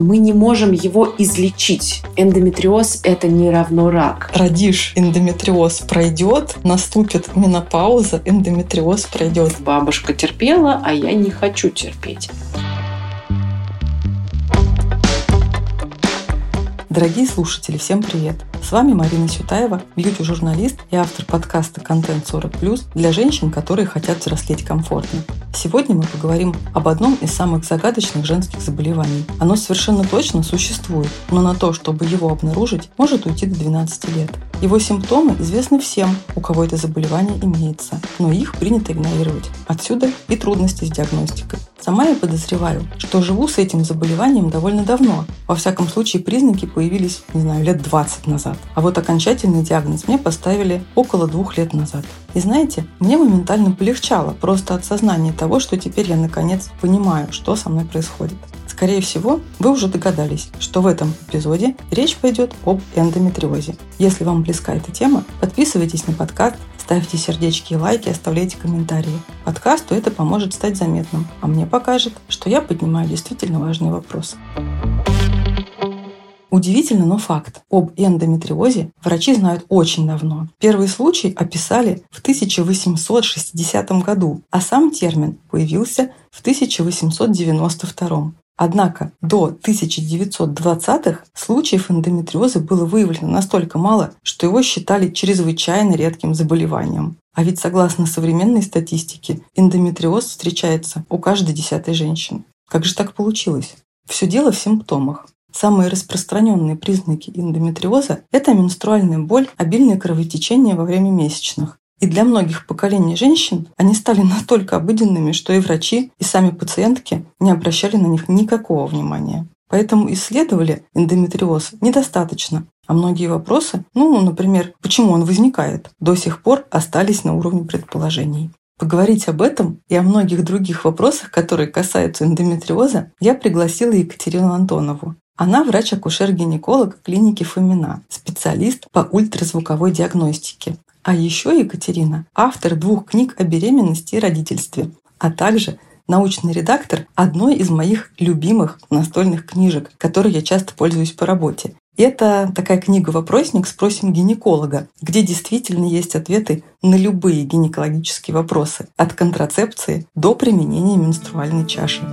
Мы не можем его излечить. Эндометриоз – это не равно рак. Родишь, эндометриоз пройдет, наступит менопауза, эндометриоз пройдет. Бабушка терпела, а я не хочу терпеть. Дорогие слушатели, всем привет! С вами Марина Сютаева, бьюти-журналист и автор подкаста «Контент 40+» для женщин, которые хотят взрослеть комфортно. Сегодня мы поговорим об одном из самых загадочных женских заболеваний. Оно совершенно точно существует, но на то, чтобы его обнаружить, может уйти до 12 лет. Его симптомы известны всем, у кого это заболевание имеется, но их принято игнорировать. Отсюда и трудности с диагностикой. Сама я подозреваю, что живу с этим заболеванием довольно давно. Во всяком случае, признаки появились, лет 20 назад. А вот окончательный диагноз мне поставили около 2 лет назад. И знаете, мне моментально полегчало просто от сознания того, что теперь я наконец понимаю, что со мной происходит. Скорее всего, вы уже догадались, что в этом эпизоде речь пойдет об эндометриозе. Если вам близка эта тема, подписывайтесь на подкаст, ставьте сердечки и лайки, оставляйте комментарии. Подкасту это поможет стать заметным, а мне покажет, что я поднимаю действительно важные вопросы. Удивительно, но факт. Об эндометриозе врачи знают очень давно. Первый случай описали в 1860 году, а сам термин появился в 1892. Однако до 1920-х случаев эндометриоза было выявлено настолько мало, что его считали чрезвычайно редким заболеванием. А ведь согласно современной статистике, эндометриоз встречается у каждой 10-й женщины. Как же так получилось? Все дело в симптомах. Самые распространенные признаки эндометриоза – это менструальная боль, обильное кровотечение во время месячных. И для многих поколений женщин они стали настолько обыденными, что и врачи, и сами пациентки не обращали на них никакого внимания. Поэтому исследовали эндометриоз недостаточно, а многие вопросы, например, почему он возникает, до сих пор остались на уровне предположений. Поговорить об этом и о многих других вопросах, которые касаются эндометриоза, я пригласила Екатерину Антонову. Она врач-акушер-гинеколог клиники Фомина, специалист по ультразвуковой диагностике. А еще Екатерина – автор 2 книг о беременности и родительстве, а также научный редактор одной из моих любимых настольных книжек, которой я часто пользуюсь по работе. Это такая книга-вопросник «Спросим гинеколога», где действительно есть ответы на любые гинекологические вопросы, от контрацепции до применения менструальной чаши.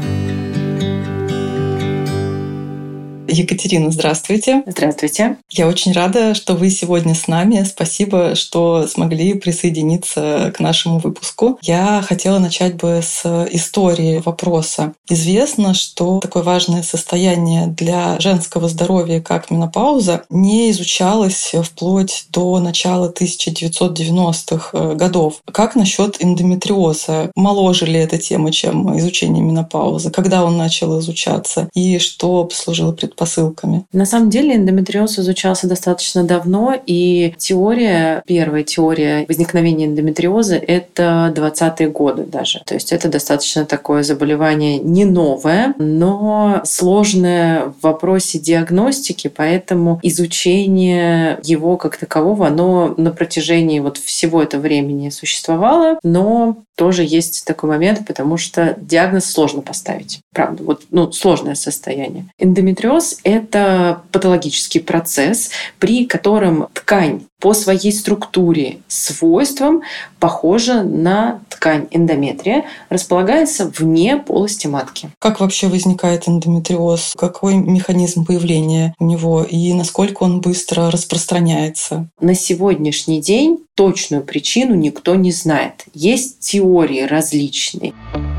Екатерина, здравствуйте. Здравствуйте. Я очень рада, что вы сегодня с нами. Спасибо, что смогли присоединиться к нашему выпуску. Я хотела начать бы с истории вопроса. Известно, что такое важное состояние для женского здоровья, как менопауза, не изучалось вплоть до начала 1990-х годов. Как насчет эндометриоза? Моложе ли эта тема, чем изучение менопаузы? Когда он начал изучаться? И что послужило предпосылками? На самом деле эндометриоз изучался достаточно давно, и первая теория возникновения эндометриоза – это 20-е годы даже. То есть это достаточно такое заболевание не новое, но сложное в вопросе диагностики, поэтому изучение его как такового, оно на протяжении всего этого времени существовало, но тоже есть такой момент, потому что диагноз сложно поставить. Правда, сложное состояние. Эндометриоз – это патологический процесс, при котором ткань по своей структуре, свойствам похожа на ткань эндометрия, располагается вне полости матки. Как вообще возникает эндометриоз? Какой механизм появления у него и насколько он быстро распространяется? На сегодняшний день точную причину никто не знает. Есть теории различные.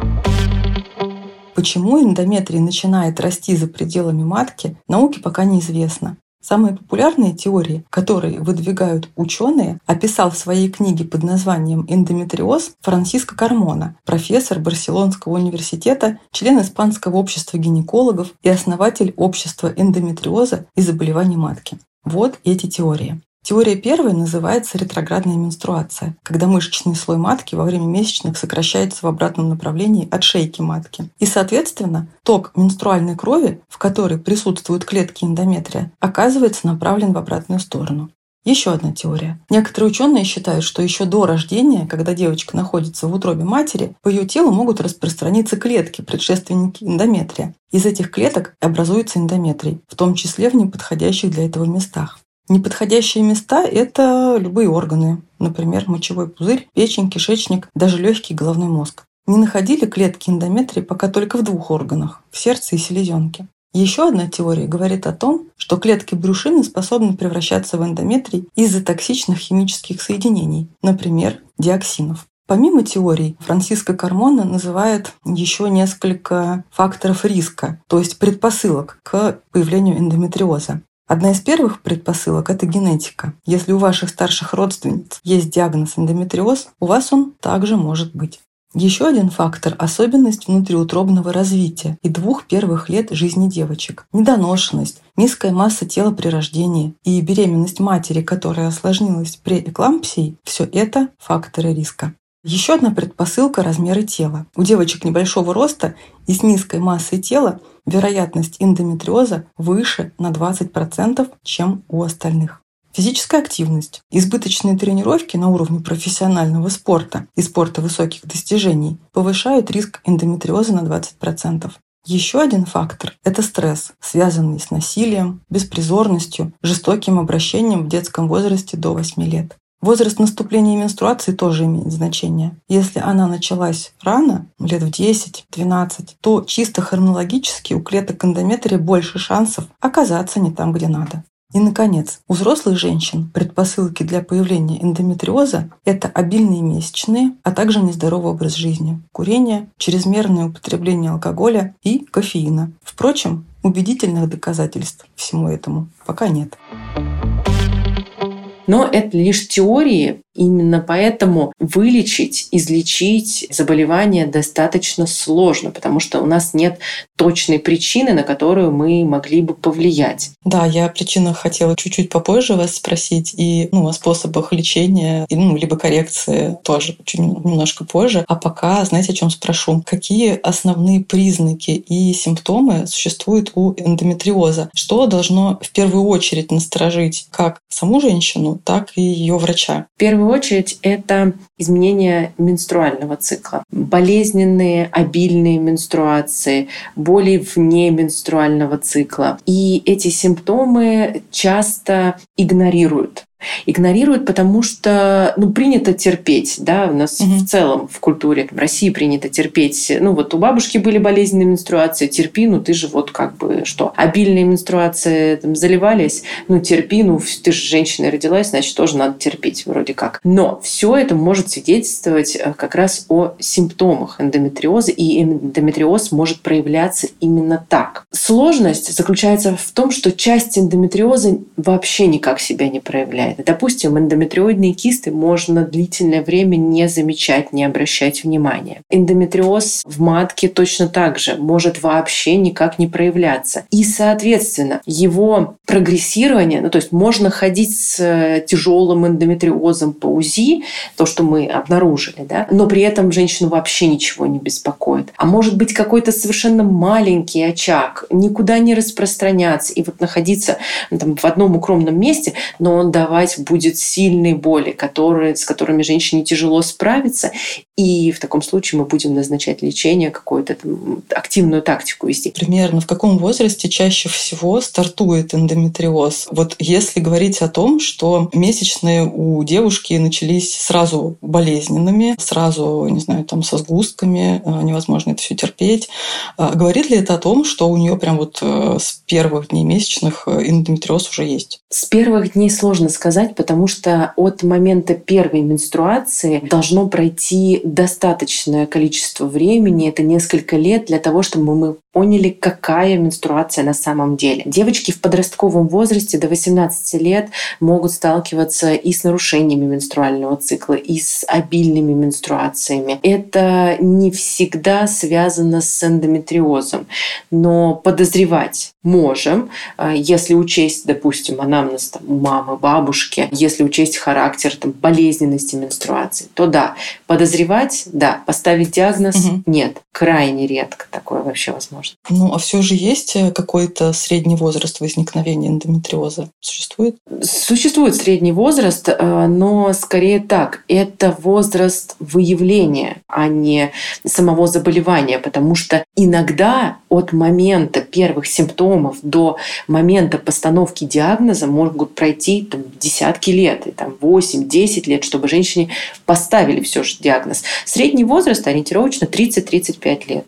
Почему эндометрий начинает расти за пределами матки, науке пока неизвестно. Самые популярные теории, которые выдвигают ученые, описал в своей книге под названием «Эндометриоз» Франсиско Кармона, профессор Барселонского университета, член Испанского общества гинекологов и основатель общества эндометриоза и заболеваний матки. Вот эти теории. Теория первая называется ретроградная менструация, когда мышечный слой матки во время месячных сокращается в обратном направлении от шейки матки. И, соответственно, ток менструальной крови, в которой присутствуют клетки эндометрия, оказывается направлен в обратную сторону. Еще одна теория. Некоторые ученые считают, что еще до рождения, когда девочка находится в утробе матери, по ее телу могут распространиться клетки, предшественники эндометрия. Из этих клеток образуется эндометрий, в том числе в неподходящих для этого местах. Неподходящие места – это любые органы, например, мочевой пузырь, печень, кишечник, даже легкий, головной мозг. Не находили клетки эндометрия пока только в 2 органах – в сердце и селезенке. Еще одна теория говорит о том, что клетки брюшины способны превращаться в эндометрий из-за токсичных химических соединений, например, диоксинов. Помимо теорий, Франсиско Кармона называет еще несколько факторов риска, то есть предпосылок к появлению эндометриоза. Одна из первых предпосылок – это генетика. Если у ваших старших родственниц есть диагноз эндометриоз, у вас он также может быть. Еще один фактор – особенность внутриутробного развития и 2 первых лет жизни девочек. Недоношенность, низкая масса тела при рождении и беременность матери, которая осложнилась преэклампсией – все это факторы риска. Еще одна предпосылка – размеры тела. У девочек небольшого роста и с низкой массой тела вероятность эндометриоза выше на 20%, чем у остальных. Физическая активность, избыточные тренировки на уровне профессионального спорта и спорта высоких достижений повышают риск эндометриоза на 20%. Еще один фактор – это стресс, связанный с насилием, беспризорностью, жестоким обращением в детском возрасте до 8 лет. Возраст наступления менструации тоже имеет значение. Если она началась рано, лет в 10-12, то чисто хронологически у клеток эндометрия больше шансов оказаться не там, где надо. И, наконец, у взрослых женщин предпосылки для появления эндометриоза – это обильные месячные, а также нездоровый образ жизни, курение, чрезмерное употребление алкоголя и кофеина. Впрочем, убедительных доказательств всему этому пока нет. Но это лишь теории, именно поэтому вылечить, излечить заболевание достаточно сложно, потому что у нас нет точной причины, на которую мы могли бы повлиять. Да, я о причинах хотела чуть-чуть попозже вас спросить, и о способах лечения, либо коррекции тоже чуть немножко позже. А пока, знаете, о чем спрошу? Какие основные признаки и симптомы существуют у эндометриоза? Что должно в первую очередь насторожить как саму женщину, так и ее врача? В первую очередь это изменение менструального цикла. Болезненные, обильные менструации, боли вне менструального цикла. И эти симптомы часто игнорируют. Игнорируют, потому что принято терпеть. Да? У нас в целом в культуре в России принято терпеть. У бабушки были болезненные менструации, терпи, ты же что? Обильные менструации заливались, терпи, ты же женщина родилась, значит, тоже надо терпеть вроде как. Но все это может свидетельствовать как раз о симптомах эндометриоза, и эндометриоз может проявляться именно так. Сложность заключается в том, что часть эндометриоза вообще никак себя не проявляет. Допустим, эндометриоидные кисты можно длительное время не замечать, не обращать внимания. Эндометриоз в матке точно так же может вообще никак не проявляться. И, соответственно, его прогрессирование, то есть можно ходить с тяжелым эндометриозом по УЗИ, то, что мы обнаружили, да, но при этом женщину вообще ничего не беспокоит. А может быть какой-то совершенно маленький очаг, никуда не распространяться и находиться в одном укромном месте, но он давать будет сильные боли, с которыми женщине тяжело справиться. И в таком случае мы будем назначать лечение, какую-то активную тактику вести. Примерно в каком возрасте чаще всего стартует эндометриоз? Если говорить о том, что месячные у девушки начались сразу болезненными, сразу, со сгустками, невозможно это все терпеть. Говорит ли это о том, что у нее прям с первых дней месячных эндометриоз уже есть? С первых дней сложно сказать, потому что от момента первой менструации должно пройти достаточное количество времени, это несколько лет, для того, чтобы мы поняли, какая менструация на самом деле. Девочки в подростковом возрасте до 18 лет могут сталкиваться и с нарушениями менструального цикла, и с обильными менструациями. Это не всегда связано с эндометриозом, но подозревать можем, если учесть, допустим, анамнез у мамы, бабушки, если учесть характер болезненности менструации, то да, подозревать, да, поставить диагноз нет, крайне редко такое вообще возможно. возможно. А все же есть какой-то средний возраст возникновения эндометриоза? Существует? Существует средний возраст, но скорее так. Это возраст выявления, а не самого заболевания, потому что иногда от момента первых симптомов до момента постановки диагноза могут пройти десятки лет, 8-10 лет, чтобы женщине поставили все же диагноз. Средний возраст ориентировочно 30-35 лет.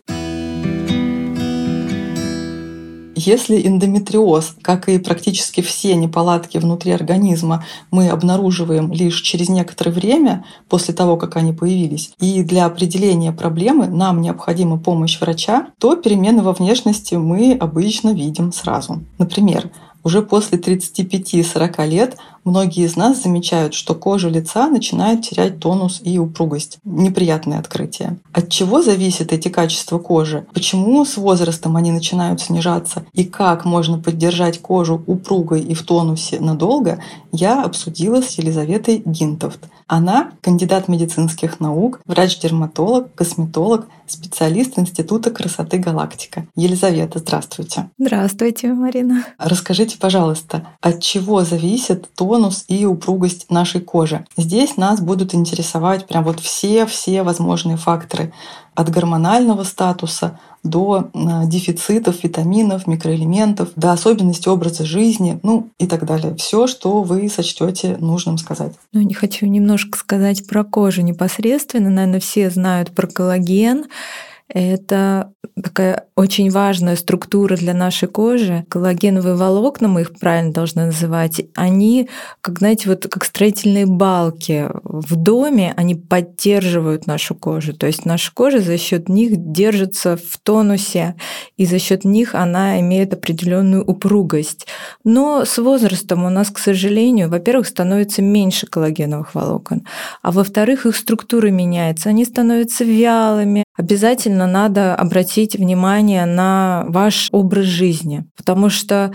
Если эндометриоз, как и практически все неполадки внутри организма, мы обнаруживаем лишь через некоторое время после того, как они появились, и для определения проблемы нам необходима помощь врача, то перемены во внешности мы обычно видим сразу. Например, уже после 35-40 лет многие из нас замечают, что кожа лица начинает терять тонус и упругость. Неприятное открытие. От чего зависят эти качества кожи? Почему с возрастом они начинают снижаться? И как можно поддержать кожу упругой и в тонусе надолго, я обсудила с Елизаветой Гинтовт. Она кандидат медицинских наук, врач-дерматолог, косметолог, специалист Института красоты «Галактика». Елизавета, здравствуйте. Здравствуйте, Марина. Расскажите, пожалуйста, от чего зависит тонус и упругость нашей кожи? Здесь нас будут интересовать прям все возможные факторы. От гормонального статуса до дефицитов витаминов, микроэлементов, до особенностей образа жизни, и так далее. Все, что вы сочтете нужным сказать. Не хочу немножко сказать про кожу непосредственно. Наверное, все знают про коллаген. Это такая очень важная структура для нашей кожи. Коллагеновые волокна, мы их правильно должны называть, они, как строительные балки в доме, они поддерживают нашу кожу. То есть наша кожа за счет них держится в тонусе, и за счет них она имеет определенную упругость. Но с возрастом у нас, к сожалению, во-первых, становится меньше коллагеновых волокон, а во-вторых, их структура меняется, они становятся вялыми. Обязательно надо обратить внимание на ваш образ жизни, потому что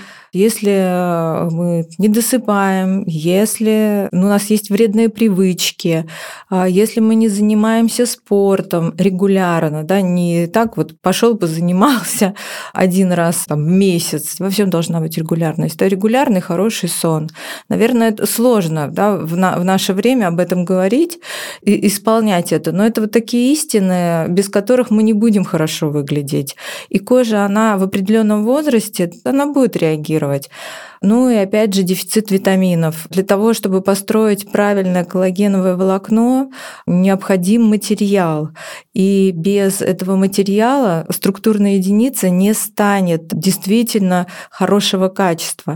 если мы не досыпаем, если у нас есть вредные привычки, если мы не занимаемся спортом регулярно, не так пошел позанимался один раз в месяц, во всем должна быть регулярность, то регулярный хороший сон. Наверное, это сложно в наше время об этом говорить и исполнять это, но это такие истины, без которых мы не будем хорошо выглядеть. И кожа, она в определенном возрасте, она будет реагировать. И опять же дефицит витаминов. Для того, чтобы построить правильное коллагеновое волокно, необходим материал. И без этого материала структурная единица не станет действительно хорошего качества.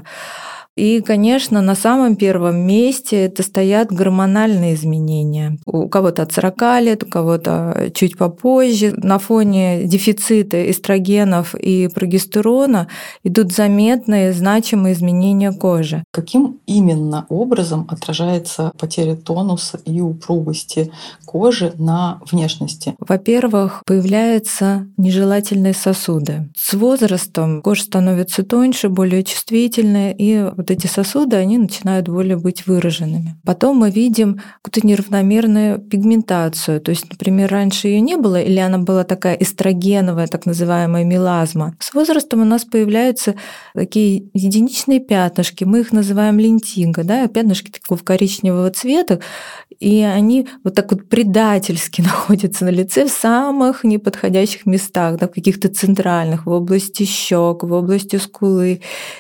И, конечно, на самом первом месте это стоят гормональные изменения. У кого-то от 40 лет, у кого-то чуть попозже. На фоне дефицита эстрогенов и прогестерона идут заметные, значимые изменения кожи. Каким именно образом отражается потеря тонуса и упругости кожи на внешности? Во-первых, появляются нежелательные сосуды. С возрастом кожа становится тоньше, более чувствительной, и эти сосуды, они начинают более быть выраженными. Потом мы видим какую-то неравномерную пигментацию. То есть, например, раньше ее не было, или она была такая эстрогеновая, так называемая мелазма. С возрастом у нас появляются такие единичные пятнышки. Мы их называем лентинго, пятнышки такого коричневого цвета, и они предательски находятся на лице в самых неподходящих местах, в каких-то центральных, в области щек, в области скулы.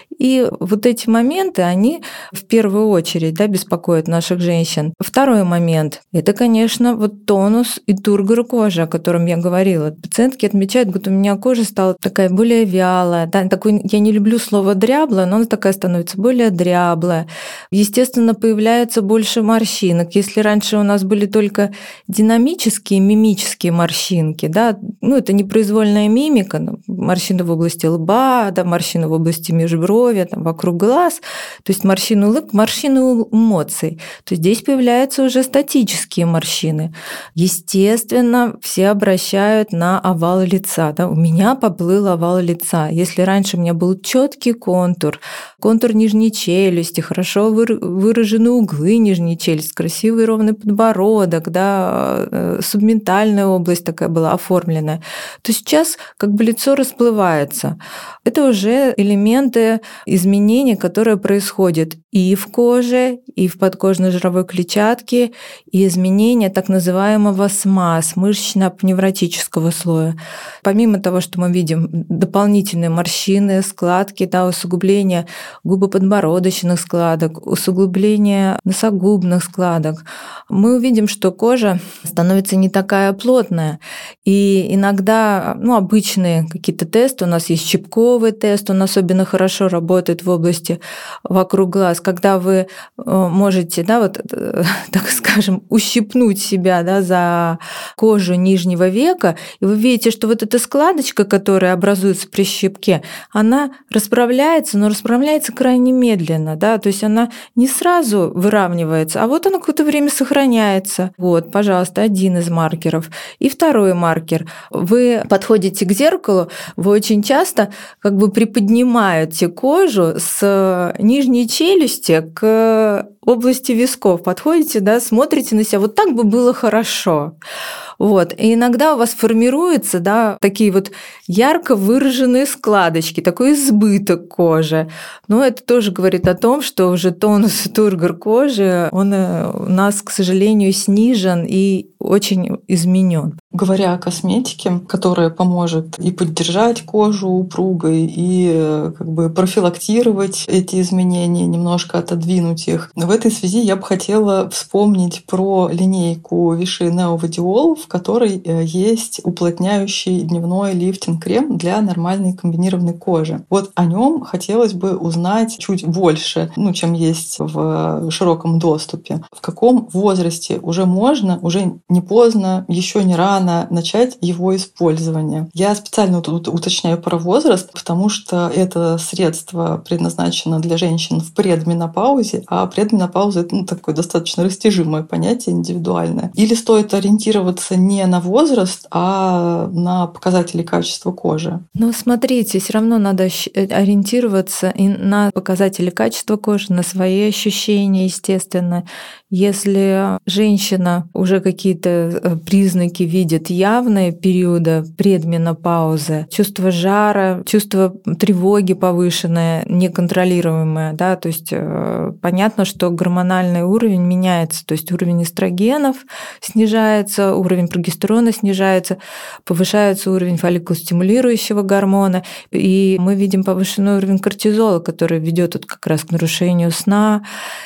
И эти моменты, они в первую очередь беспокоят наших женщин. Второй момент – это, конечно, тонус и тургор кожи, о котором я говорила. Пациентки отмечают, говорят, у меня кожа стала такая более вялая. Я не люблю слово «дряблая», но она такая становится более дряблая. Естественно, появляется больше морщинок. Если раньше у нас были только динамические, мимические морщинки, это непроизвольная мимика, морщины в области лба, морщины в области межброви, вокруг глаз, то есть морщины улыбки, морщины эмоций, то здесь появляются уже статические морщины. Естественно, все обращают на овал лица. Да? У меня поплыл овал лица. Если раньше у меня был четкий контур нижней челюсти, хорошо выражены углы нижней челюсти, красивый ровный подбородок, да, субментальная область такая была оформленная, то сейчас как бы лицо расплывается. Это уже элементы изменений, которые происходят и в коже, и в подкожной жировой клетчатке, и изменения так называемого СМАС, мышечно-апневротического слоя. Помимо того, что мы видим дополнительные морщины, складки, да, усугубление губоподбородочных складок, усугубление носогубных складок, мы увидим, что кожа становится не такая плотная. И иногда, обычные какие-то тесты, у нас есть щипковый тест, он особенно хорошо работает в области вокруг глаз, когда вы можете, да, так скажем, ущипнуть себя, да, за кожу нижнего века, и вы видите, что вот эта складочка, которая образуется при щипке, она расправляется, но расправляется крайне медленно, да, то есть она не сразу выравнивается, а вот она какое-то время сохраняется. Вот, пожалуйста, один из маркеров. И второй маркер. Вы подходите к зеркалу, вы очень часто как бы приподнимаете кожу с нижней челюсти к области висков. Подходите, да, смотрите на себя. Вот так бы было хорошо. Вот. И иногда у вас формируются, да, такие вот ярко выраженные складочки, такой избыток кожи. Но это тоже говорит о том, что уже тонус и тургор кожи, он у нас, к сожалению, снижен и очень изменен. Говоря о косметике, которая поможет и поддержать кожу упругой, и как бы профилактировать эти изменения, немножко отодвинуть их. В этой связи я бы хотела вспомнить про линейку Vichy Neovadiol, в которой есть уплотняющий дневной лифтинг-крем для нормальной комбинированной кожи. Вот о нем хотелось бы узнать чуть больше, чем есть в широком доступе. В каком возрасте уже можно, уже не поздно, еще не рано начать его использование. Я специально тут уточняю про возраст, потому что это средство предназначено для женщин в предменопаузе, а предменопауза — это такое достаточно растяжимое понятие, индивидуальное. Или стоит ориентироваться не на возраст, а на показатели качества кожи? Смотрите, все равно надо ориентироваться и на показатели качества кожи, на свои ощущения, естественно. Если женщина уже какие-то признаки видит явные периоды предменопаузы, чувство жара, чувство тревоги повышенное, неконтролируемое, да, то есть понятно, что гормональный уровень меняется, то есть уровень эстрогенов снижается, уровень прогестерона снижается, повышается уровень фолликулостимулирующего гормона, и мы видим повышенный уровень кортизола, который ведет как раз к нарушению сна.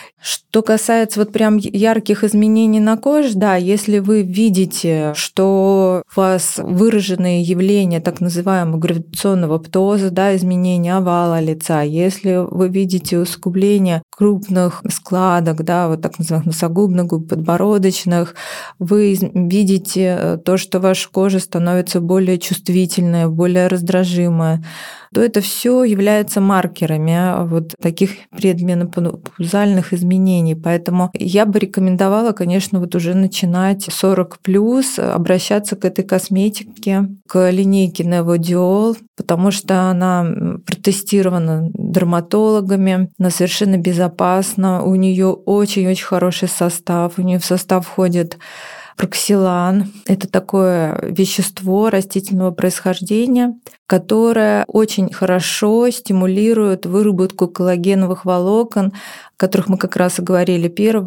Что касается прям ярких изменений на коже, да, если вы видите, что у вас выраженные явления так называемого гравитационного птоза, да, изменения овала лица, если вы видите усугубление крупных складок, да, так называемых носогубных, подбородочных, вы видите то, что ваша кожа становится более чувствительная, более раздражимая, то это все является маркерами таких предменопаузальных изменений. Поэтому я бы рекомендовала, конечно, уже начинать 40+, обращаться к этой косметике, к линейке Neovadiol, потому что она протестирована дерматологами, она совершенно безопасна, у нее очень-очень хороший состав, у нее в состав входит проксилан. Это такое вещество растительного происхождения, которое очень хорошо стимулирует выработку коллагеновых волокон, о которых мы как раз и говорили,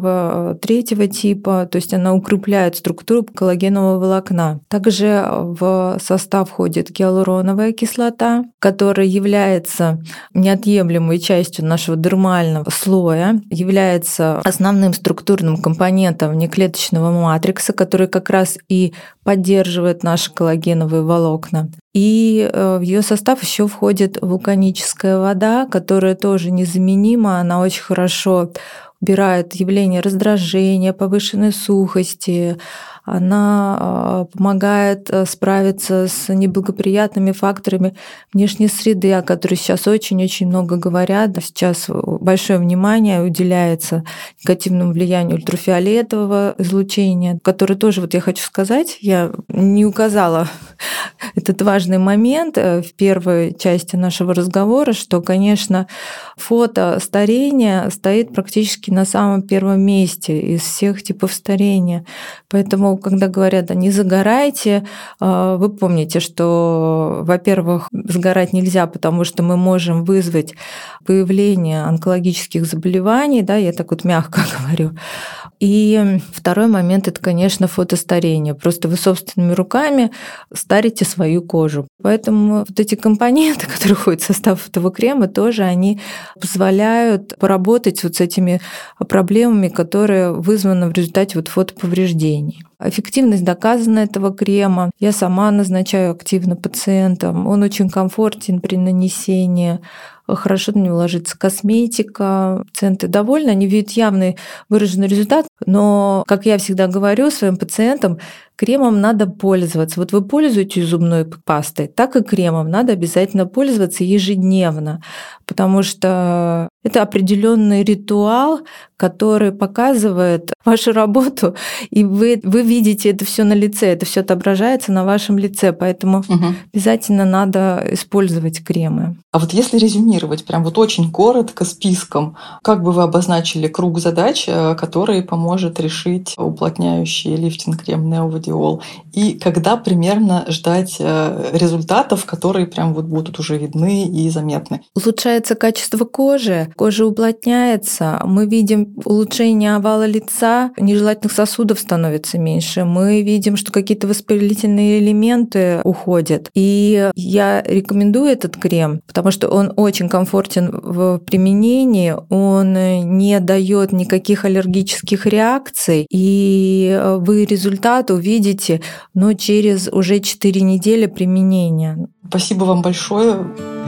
1, 3 типа, то есть она укрепляет структуру коллагенового волокна. Также в состав входит гиалуроновая кислота, которая является неотъемлемой частью нашего дермального слоя, является основным структурным компонентом внеклеточного матрикса, который как раз и поддерживает наши коллагеновые волокна. И в ее состав еще входит вулканическая вода, которая тоже незаменима, она очень хорошо убирает явление раздражения, повышенной сухости, она помогает справиться с неблагоприятными факторами внешней среды, о которой сейчас очень-очень много говорят. Сейчас большое внимание уделяется негативному влиянию ультрафиолетового излучения, которое тоже, вот я хочу сказать, я не указала этот важный момент в первой части нашего разговора, что, конечно, фото старения стоит практически на самом первом месте из всех типов старения. Поэтому, когда говорят, не загорайте, вы помните, что, во-первых, сгорать нельзя, потому что мы можем вызвать появление онкологических заболеваний, да, я так вот мягко говорю. И второй момент – это, конечно, фотостарение. Просто вы собственными руками старите свою кожу. Поэтому вот эти компоненты, которые входят в состав этого крема, тоже они позволяют поработать вот с этими проблемами, которые вызваны в результате вот фотоповреждений. Эффективность доказана этого крема. Я сама назначаю активно пациентам. Он очень комфортен при нанесении. Хорошо на него ложится косметика. Пациенты довольны, они видят явный выраженный результат. Но, как я всегда говорю своим пациентам, кремом надо пользоваться. Вот вы пользуетесь зубной пастой, так и кремом надо обязательно пользоваться ежедневно, потому что это определенный ритуал, который показывает вашу работу, и вы видите это все на лице, это все отображается на вашем лице, поэтому обязательно надо использовать кремы. А вот если резюмировать прям вот очень коротко списком, как бы вы обозначили круг задач, который поможет решить уплотняющий лифтинг-крем Neovadiol, и когда примерно ждать результатов, которые прям вот будут уже видны и заметны? Улучшается качество кожи, кожа уплотняется, мы видим улучшение овала лица, нежелательных сосудов становится меньше, мы видим, что какие-то воспалительные элементы уходят. И я рекомендую этот крем, потому что он очень комфортен в применении, он не дает никаких аллергических реакций, и вы результат увидите, но через уже 4 недели применения. Спасибо вам большое.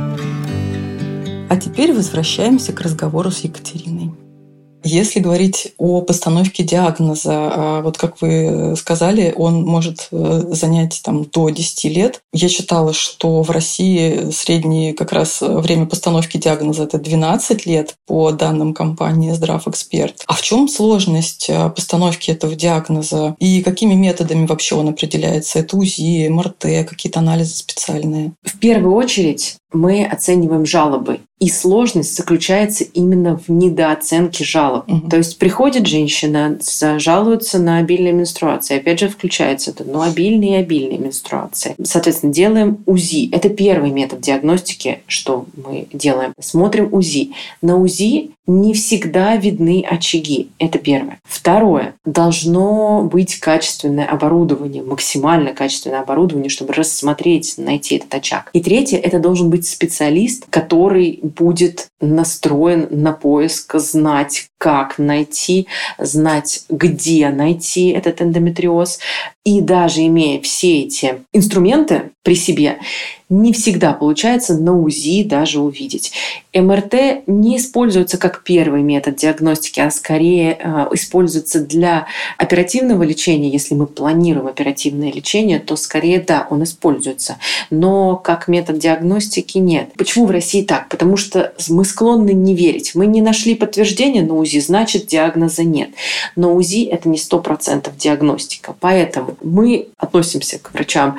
А теперь возвращаемся к разговору с Екатериной. Если говорить о постановке диагноза, вот как вы сказали, он может занять до 10 лет. Я читала, что в России среднее как раз время постановки диагноза — это 12 лет по данным компании «Здравэксперт». А в чем сложность постановки этого диагноза и какими методами вообще он определяется? Это УЗИ, МРТ, какие-то анализы специальные? В первую очередь мы оцениваем жалобы. И сложность заключается именно в недооценке жалоб. То есть приходит женщина, жалуется на обильные менструации. Опять же, включается это, обильные и обильные менструации. Соответственно, делаем УЗИ. Это первый метод диагностики, что мы делаем. Смотрим УЗИ. На УЗИ не всегда видны очаги. Это первое. Второе. Должно быть качественное оборудование, максимально качественное оборудование, чтобы рассмотреть, найти этот очаг. И третье. Это должен быть специалист, который будет настроен на поиск, знать, как найти, знать, где найти этот эндометриоз. И даже имея все эти инструменты при себе, не всегда получается на УЗИ даже увидеть. МРТ не используется как первый метод диагностики, а скорее используется для оперативного лечения. Если мы планируем оперативное лечение, то скорее да, он используется. Но как метод диагностики нет. Почему в России так? Потому что мы склонны не верить. Мы не нашли подтверждения на УЗИ, значит диагноза нет. Но УЗИ — это не 100% диагностика. Поэтому мы относимся к врачам,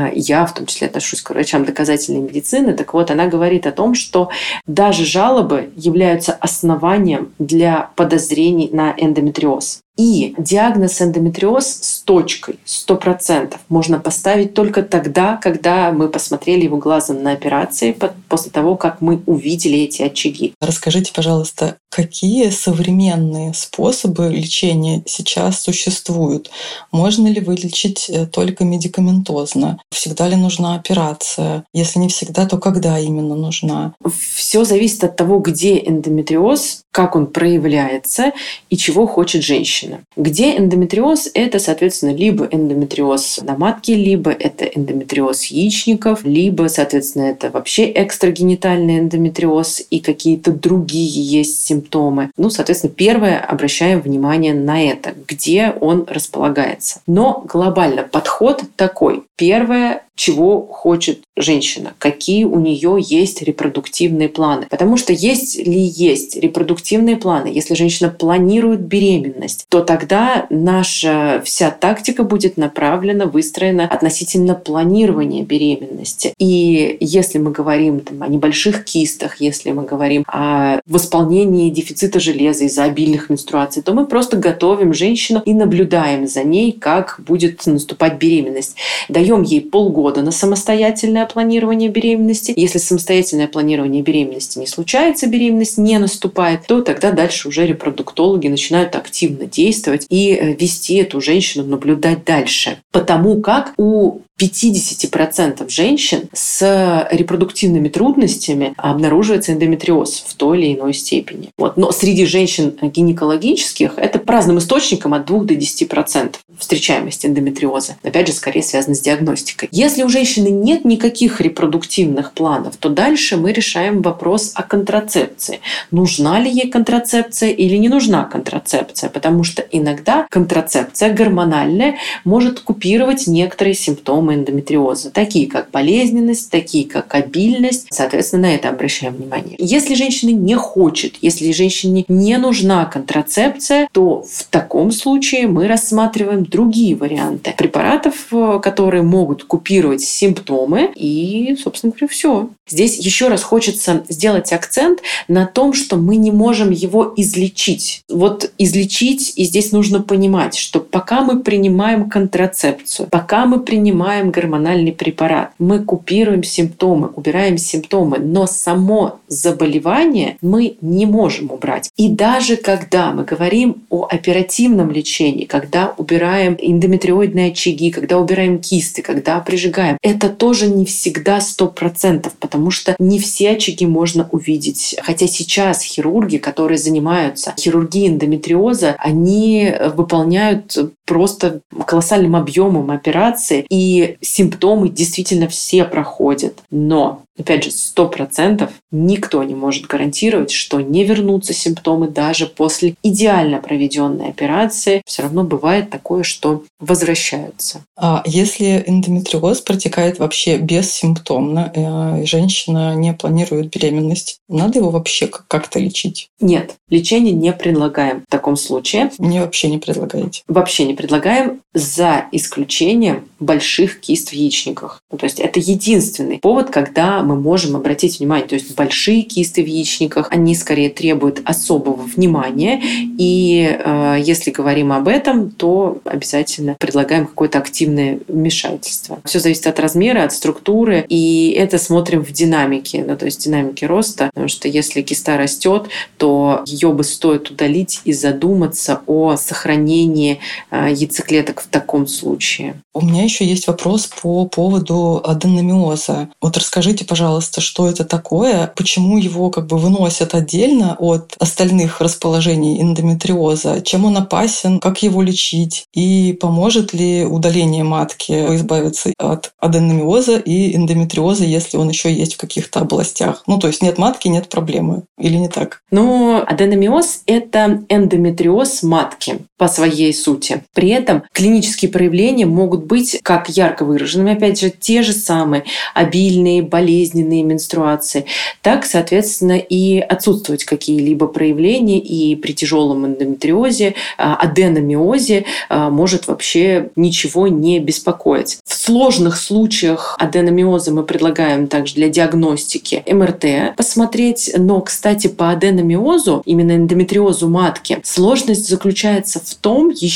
я в том числе отношусь к врачам доказательной медицины. Так вот, она говорит о том, что даже жалобы являются основанием для подозрений на эндометриоз. И диагноз эндометриоз с точкой 100% можно поставить только тогда, когда мы посмотрели его глазом на операции, после того, как мы увидели эти очаги. Расскажите, пожалуйста, какие современные способы лечения сейчас существуют? Можно ли вылечить только медикаментозно? Всегда ли нужна операция? Если не всегда, то когда именно нужна? Все зависит от того, где эндометриоз как он проявляется и чего хочет женщина. Где эндометриоз? Это, соответственно, либо эндометриоз на матке, либо это эндометриоз яичников, либо, соответственно, это вообще экстрагенитальный эндометриоз и какие-то другие есть симптомы. Соответственно, первое, обращаем внимание на это, где он располагается. Но глобально подход такой. Первое, чего хочет женщина, какие у нее есть репродуктивные планы. Потому что если есть репродуктивные планы, если женщина планирует беременность, то тогда наша вся тактика будет направлена, выстроена относительно планирования беременности. И если мы говорим о небольших кистах, если мы говорим о восполнении дефицита железа из-за обильных менструаций, то мы просто готовим женщину и наблюдаем за ней, как будет наступать беременность. Даем ей полгода на самостоятельное планирование беременности. Если самостоятельное планирование беременности не случается, беременность не наступает, то тогда дальше уже репродуктологи начинают активно действовать и вести эту женщину, наблюдать дальше. Потому как у 50% женщин с репродуктивными трудностями обнаруживается эндометриоз в той или иной степени. Но среди женщин гинекологических это по разным источникам от 2 до 10% встречаемость эндометриоза. Опять же, скорее связано с диагностикой. Если у женщины нет никаких репродуктивных планов, то дальше мы решаем вопрос о контрацепции. Нужна ли ей контрацепция или не нужна контрацепция? Потому что иногда контрацепция гормональная может купировать некоторые симптомы эндометриоза, такие как болезненность, такие как обильность. Соответственно, на это обращаем внимание. Если женщина не хочет, если женщине не нужна контрацепция, то в таком случае мы рассматриваем другие варианты препаратов, которые могут купировать симптомы, и, собственно говоря, все. Здесь еще раз хочется сделать акцент на том, что мы не можем его излечить. Излечить, и здесь нужно понимать, что пока мы принимаем контрацепцию, пока мы принимаем гормональный препарат, мы купируем симптомы, убираем симптомы, но само заболевание мы не можем убрать. И даже когда мы говорим о оперативном лечении, когда убираем эндометриоидные очаги, когда убираем кисты, когда прижигаем, это тоже не всегда 100%, потому что не все очаги можно увидеть. Хотя сейчас хирурги, которые занимаются хирургией эндометриоза, они выполняют просто колоссальным объемом операции, и симптомы действительно все проходят. Но, опять же, 100% никто не может гарантировать, что не вернутся симптомы даже после идеально проведенной операции. Все равно бывает такое, что возвращаются. А если эндометриоз протекает вообще бессимптомно, и женщина не планирует беременность, надо его вообще как-то лечить? Нет, лечение не предлагаем в таком случае. Мне вообще не предлагаете? Вообще не предлагаем, за исключением больших кист в яичниках. То есть это единственный повод, когда мы можем обратить внимание. То есть большие кисты в яичниках, они скорее требуют особого внимания. И если говорим об этом, то обязательно предлагаем какое-то активное вмешательство. Все зависит от размера, от структуры. И это смотрим в динамике. То есть динамике роста. Потому что если киста растет, то ее бы стоит удалить и задуматься о сохранении яйцеклеток в таком случае. У меня еще есть вопрос по поводу аденомиоза. Расскажите, пожалуйста, что это такое, почему его выносят отдельно от остальных расположений эндометриоза, чем он опасен, как его лечить и поможет ли удаление матки избавиться от аденомиоза и эндометриоза, если он еще есть в каких-то областях. То есть нет матки, нет проблемы. Или не так? Аденомиоз – это эндометриоз матки по своей сути. При этом клинические проявления могут быть как ярко выраженными, опять же, те же самые обильные, болезненные менструации, так, соответственно, и отсутствовать какие-либо проявления, и при тяжелом эндометриозе, аденомиозе может вообще ничего не беспокоить. В сложных случаях аденомиоза мы предлагаем также для диагностики МРТ посмотреть, но, кстати, по аденомиозу, именно эндометриозу матки, сложность заключается в том еще,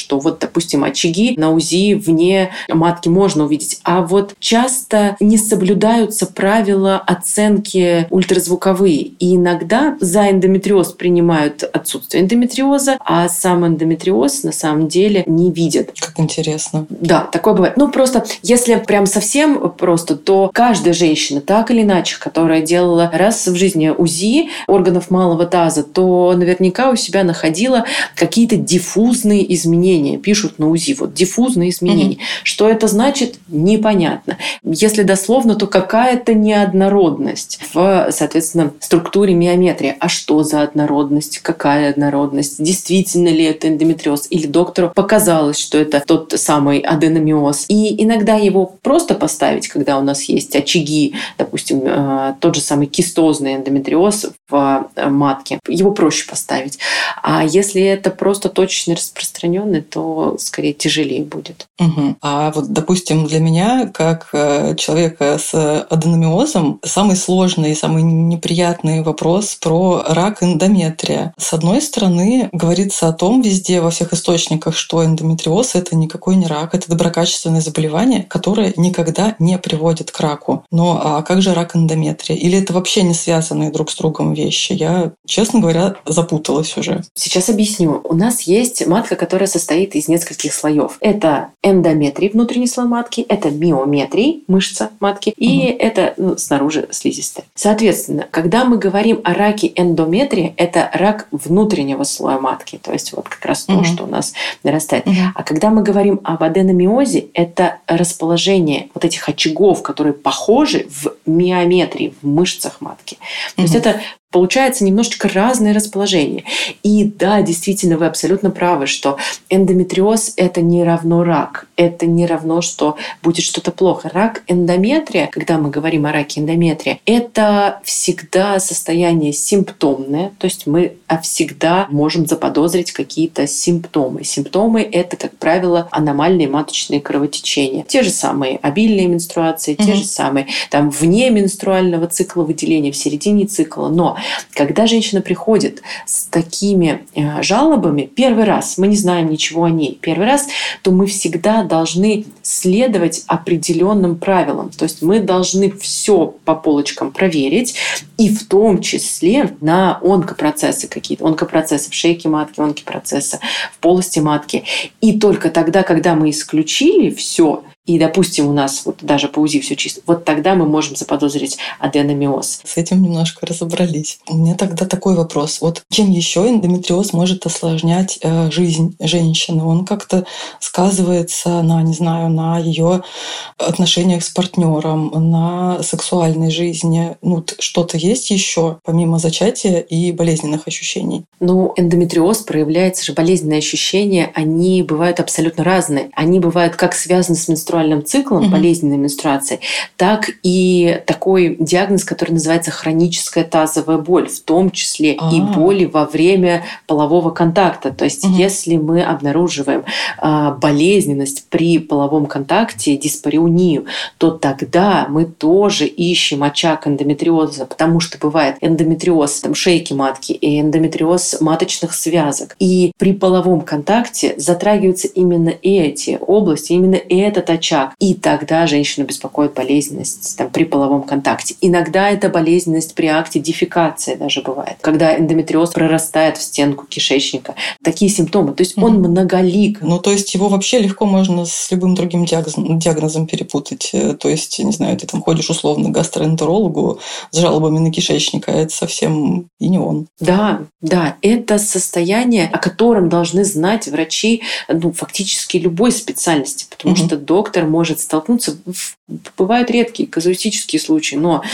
что вот, допустим, очаги на УЗИ вне матки можно увидеть. А вот часто не соблюдаются правила оценки ультразвуковые. И иногда за эндометриоз принимают отсутствие эндометриоза, а сам эндометриоз на самом деле не видят. Как интересно. Да, такое бывает. Просто если прям совсем просто, то каждая женщина, так или иначе, которая делала раз в жизни УЗИ органов малого таза, то наверняка у себя находила какие-то диффузные изменения. Пишут на УЗИ, вот диффузные изменения. Что это значит, непонятно. Если дословно, то какая-то неоднородность в, соответственно, структуре миометрии. А что за однородность? Какая однородность? Действительно ли это эндометриоз? Или доктору показалось, что это тот самый аденомиоз? И иногда его просто поставить, когда у нас есть очаги, допустим, тот же самый кистозный эндометриоз в матке, его проще поставить. А если это просто точечно распространенный, то скорее тяжелее будет. А вот, допустим, для меня, как человека с аденомиозом, самый сложный и самый неприятный вопрос про рак эндометрия. С одной стороны, говорится о том везде, во всех источниках, что эндометриоз — это никакой не рак, это доброкачественное заболевание, которое никогда не приводит к раку. Но а как же рак эндометрия? Или это вообще не связанные друг с другом вещи? Я, честно говоря, запуталась уже. Сейчас объясню. У нас есть матка, которая состоит из нескольких слоев. Это эндометрий, внутренний слой матки, это миометрий, мышца матки, и это снаружи слизистая. Соответственно, когда мы говорим о раке эндометрия, это рак внутреннего слоя матки, то есть вот как раз то, что у нас нарастает. А когда мы говорим об аденомиозе, это расположение вот этих очагов, которые похожи в миометрии, в мышцах матки. То есть это получается немножечко разное расположение. И да, действительно, вы абсолютно правы, что эндометриоз – это не равно рак. Это не равно, что будет что-то плохо. Рак эндометрия, когда мы говорим о раке эндометрия, это всегда состояние симптомное. То есть мы всегда можем заподозрить какие-то симптомы. Симптомы – это, как правило, аномальные маточные кровотечения. Те же самые обильные менструации, те же самые там, вне менструального цикла выделения, в середине цикла. Но когда женщина приходит с такими жалобами, первый раз, мы не знаем ничего о ней, первый раз, то мы всегда должны следовать определенным правилам. То есть мы должны все по полочкам проверить, и в том числе на онкопроцессы какие-то, онкопроцессы в шейке матки, онкопроцессы в полости матки. И только тогда, когда мы исключили все, и, допустим, у нас вот даже по УЗИ все чисто, вот тогда мы можем заподозрить аденомиоз. С этим немножко разобрались. У меня тогда такой вопрос. Вот чем еще эндометриоз может осложнять жизнь женщины? Он как-то сказывается на, не знаю, на ее отношениях с партнером, на сексуальной жизни. Что-то есть еще помимо зачатия и болезненных ощущений? Эндометриоз проявляется же, болезненные ощущения, они бывают абсолютно разные. Они бывают как связаны с менструацией, циклом, болезненной менструации, так и такой диагноз, который называется хроническая тазовая боль, в том числе и боли во время полового контакта. То есть если мы обнаруживаем болезненность при половом контакте, диспареунию, то тогда мы тоже ищем очаг эндометриоза, потому что бывает эндометриоз шейки матки и эндометриоз маточных связок. И при половом контакте затрагиваются именно эти области, именно этот очаг. И тогда женщину беспокоит болезненность при половом контакте. Иногда это болезненность при акте дефекации даже бывает, когда эндометриоз прорастает в стенку кишечника. Такие симптомы. То есть он многолик. То есть его вообще легко можно с любым другим диагнозом перепутать. То есть, не знаю, ты там ходишь условно к гастроэнтерологу с жалобами на кишечник, а это совсем и не он. Да, это состояние, о котором должны знать врачи фактически любой специальности, потому что доктор может столкнуться, бывают редкие казуистические случаи, но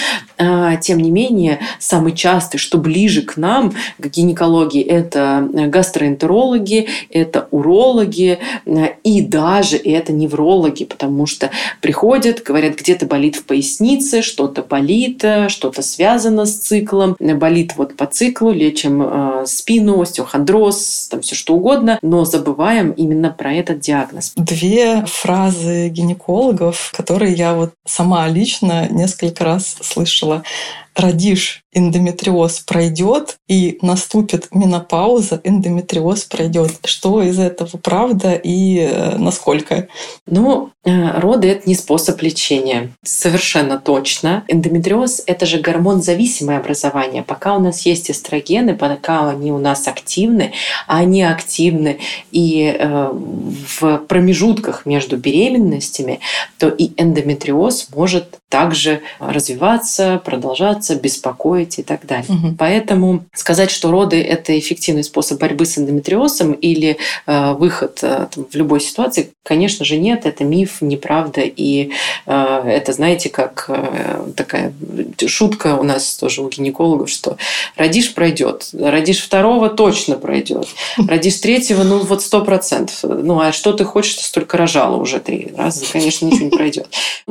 тем не менее самый частый, что ближе к нам, к гинекологии, это гастроэнтерологи, это урологи и даже это неврологи, потому что приходят, говорят, где-то болит в пояснице, что-то болит, что-то связано с циклом, болит по циклу, лечим спину, остеохондроз, все что угодно, но забываем именно про этот диагноз. 2 фразы гинекологов, которые я сама лично несколько раз слышала. родишь, эндометриоз пройдет, и наступит менопауза, эндометриоз пройдет. Что из этого правда и насколько? Роды – это не способ лечения. Совершенно точно. Эндометриоз – это же гормон-зависимое образование. Пока у нас есть эстрогены, пока они у нас активны, а они активны и в промежутках между беременностями, то и эндометриоз может также развиваться, продолжаться, беспокоить и так далее. Поэтому сказать, что роды – это эффективный способ борьбы с эндометриозом или выход в любой ситуации, конечно же, нет. Это миф, неправда. И это, знаете, как такая шутка у нас тоже у гинекологов, что родишь – пройдет, родишь второго – точно пройдет, родишь третьего – 100%. А что ты хочешь, ты столько рожала уже 3 раза, конечно, ничего не пройдет.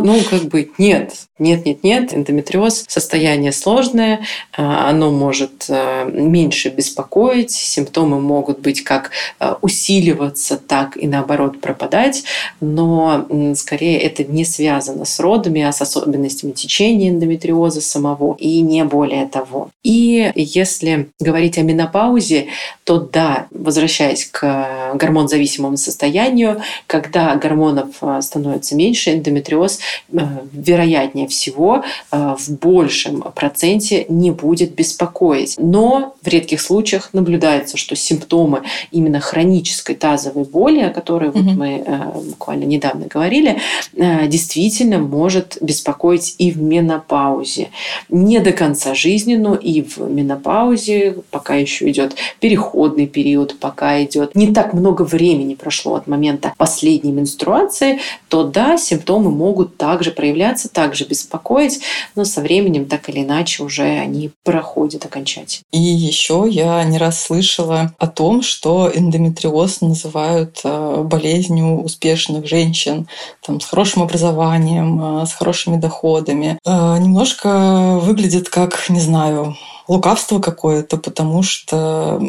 Нет. Эндометриоз – состояние сложное, оно может меньше беспокоить, симптомы могут быть как усиливаться, так и наоборот пропадать, но скорее это не связано с родами, а с особенностями течения эндометриоза самого, и не более того. И если говорить о менопаузе, то да, возвращаясь к гормонзависимому состоянию, когда гормонов становится меньше, эндометриоз, вероятнее всего, в большем проценте не будет беспокоить. Но в редких случаях наблюдается, что симптомы именно хронической тазовой боли, о которой мы буквально недавно говорили, действительно может беспокоить и в менопаузе. Не до конца жизни, но и в менопаузе, пока еще идет переходный период, пока идет не так много времени прошло от момента последней менструации, то да, симптомы могут также проявляться, также беспокоить, но со временем так или иначе уже они проходят окончательно. И еще я не раз слышала о том, что эндометриоз называют болезнью успешных женщин с хорошим образованием, с хорошими доходами. Немножко выглядит как, не знаю, лукавство какое-то, потому что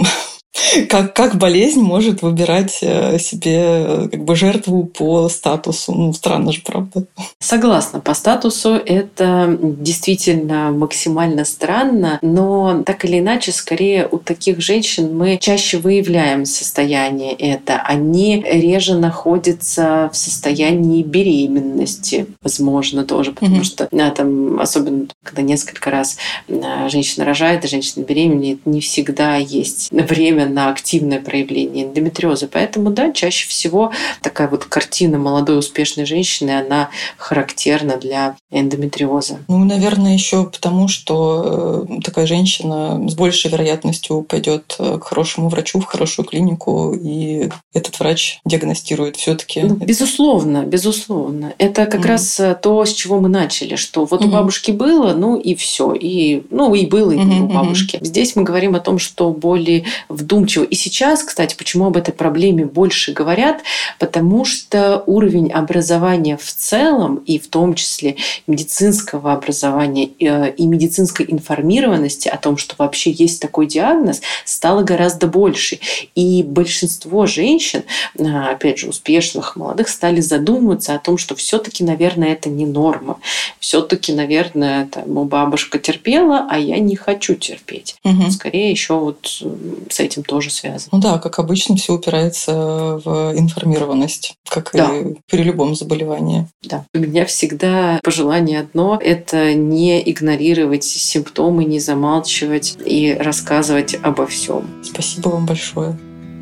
как болезнь может выбирать себе жертву по статусу. Странно же, правда? Согласна. По статусу это действительно максимально странно, но так или иначе, скорее у таких женщин мы чаще выявляем состояние это. Они реже находятся в состоянии беременности, возможно, тоже, потому что особенно когда несколько раз женщина рожает, и женщина беременеет, не всегда есть время на активное проявление эндометриоза. Поэтому, да, чаще всего такая картина молодой успешной женщины, она характерна для эндометриоза. Наверное, еще потому, что такая женщина с большей вероятностью пойдет к хорошему врачу, в хорошую клинику, и этот врач диагностирует все-таки. Безусловно. Это как раз то, с чего мы начали, что у бабушки было, и все. И было у бабушки. Здесь мы говорим о том, что более вдумчиво. И сейчас, кстати, почему об этой проблеме больше говорят? Потому что уровень образования в целом, и в том числе медицинского образования и медицинской информированности о том, что вообще есть такой диагноз, стало гораздо больше. И большинство женщин, опять же, успешных, молодых, стали задумываться о том, что все-таки, наверное, это не норма. Все-таки, наверное, бабушка терпела, а я не хочу терпеть. Скорее еще с этим тоже связано. Да, как обычно, все упирается в информированность, как и при любом заболевании. Да. У меня всегда пожелание одно – это не игнорировать симптомы, не замалчивать и рассказывать обо всем. Спасибо вам большое.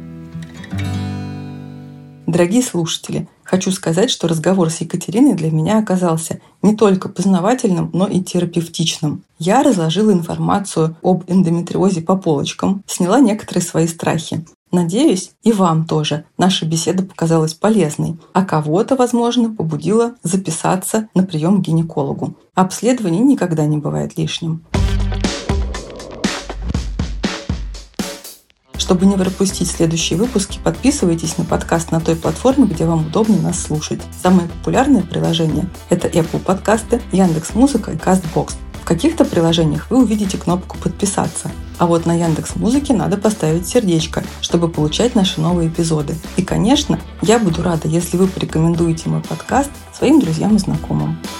Дорогие слушатели, хочу сказать, что разговор с Екатериной для меня оказался не только познавательным, но и терапевтичным. Я разложила информацию об эндометриозе по полочкам, сняла некоторые свои страхи. Надеюсь, и вам тоже наша беседа показалась полезной, а кого-то, возможно, побудила записаться на прием к гинекологу. Обследование никогда не бывает лишним. Чтобы не пропустить следующие выпуски, подписывайтесь на подкаст на той платформе, где вам удобно нас слушать. Самые популярные приложения – это Apple подкасты, Яндекс.Музыка и Castbox. В каких-то приложениях вы увидите кнопку «Подписаться», а вот на Яндекс.Музыке надо поставить сердечко, чтобы получать наши новые эпизоды. И, конечно, я буду рада, если вы порекомендуете мой подкаст своим друзьям и знакомым.